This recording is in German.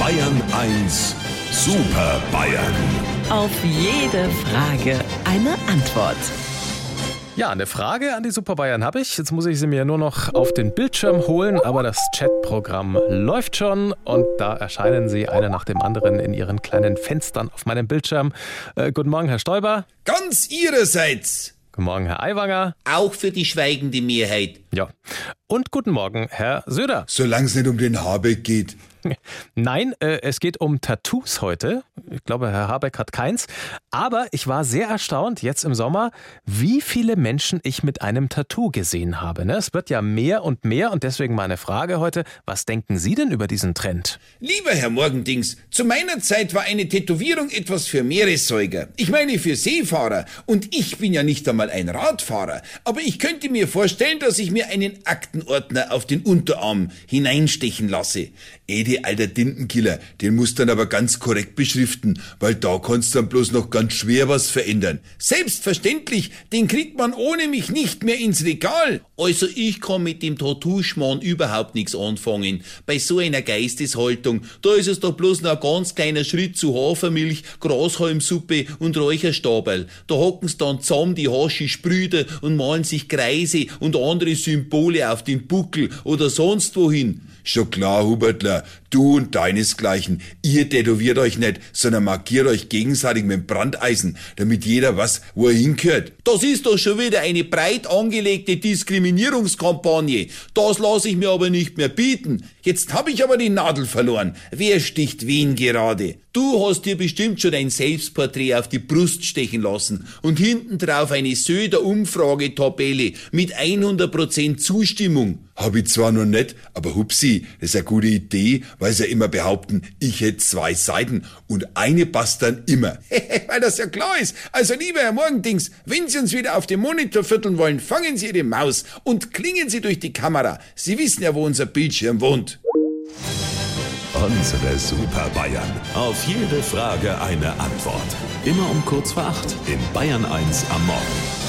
Bayern 1 Super Bayern. Auf jede Frage eine Antwort. Ja, eine Frage an die Super Bayern habe ich. Jetzt muss ich sie mir nur noch auf den Bildschirm holen, aber das Chatprogramm läuft schon und da erscheinen sie einer nach dem anderen in ihren kleinen Fenstern auf meinem Bildschirm. Guten Morgen, Herr Stoiber. Ganz Ihrerseits. Guten Morgen, Herr Aiwanger. Auch für die schweigende Mehrheit. Ja. Und guten Morgen, Herr Söder. Solange es nicht um den Habeck geht. Nein, es geht um Tattoos heute. Ich glaube, Herr Habeck hat keins. Aber ich war sehr erstaunt jetzt im Sommer, wie viele Menschen ich mit einem Tattoo gesehen habe. Es wird ja mehr und deswegen meine Frage heute, was denken Sie denn über diesen Trend? Lieber Herr Morgendings, zu meiner Zeit war eine Tätowierung etwas für Meeressäuger. Ich meine für Seefahrer. Und ich bin ja nicht einmal ein Radfahrer. Aber ich könnte mir vorstellen, dass ich mir einen Aktenordner auf den Unterarm hineinstechen lasse. Alter Tintenkiller, den musst du dann aber ganz korrekt beschriften, weil da kannst du dann bloß noch ganz schwer was verändern. Selbstverständlich, den kriegt man ohne mich nicht mehr ins Regal. Also ich kann mit dem Tattoo-Schmarrn überhaupt nichts anfangen. Bei so einer Geisteshaltung, da ist es doch bloß noch ein ganz kleiner Schritt zu Hafermilch, Grashalmsuppe und Räucherstaberl. Da hocken's dann zusammen die Haschisch-Brüder und malen sich Kreise und andere Symbole auf den Buckel oder sonst wohin. Schon klar, Hubertler, du und deinesgleichen, ihr tätowiert euch nicht, sondern markiert euch gegenseitig mit dem Brandeisen, damit jeder weiß, wo er hingehört. Das ist doch schon wieder eine breit angelegte Diskriminierungskampagne. Das lasse ich mir aber nicht mehr bieten. Jetzt habe ich aber die Nadel verloren. Wer sticht wen gerade? Du hast dir bestimmt schon ein Selbstporträt auf die Brust stechen lassen und hinten drauf eine Söder-Umfragetabelle mit 100% Zustimmung. Hab ich zwar noch nicht, aber hupsi, das ist eine gute Idee, weil sie ja immer behaupten, ich hätte 2 Seiten und eine passt dann immer. Weil das ja klar ist. Also lieber Herr Morgendings, wenn Sie uns wieder auf dem Monitor vierteln wollen, fangen Sie Ihre Maus und klingen Sie durch die Kamera. Sie wissen ja, wo unser Bildschirm wohnt. Unsere Super Bayern. Auf jede Frage eine Antwort. Immer um kurz vor 8 in Bayern 1 am Morgen.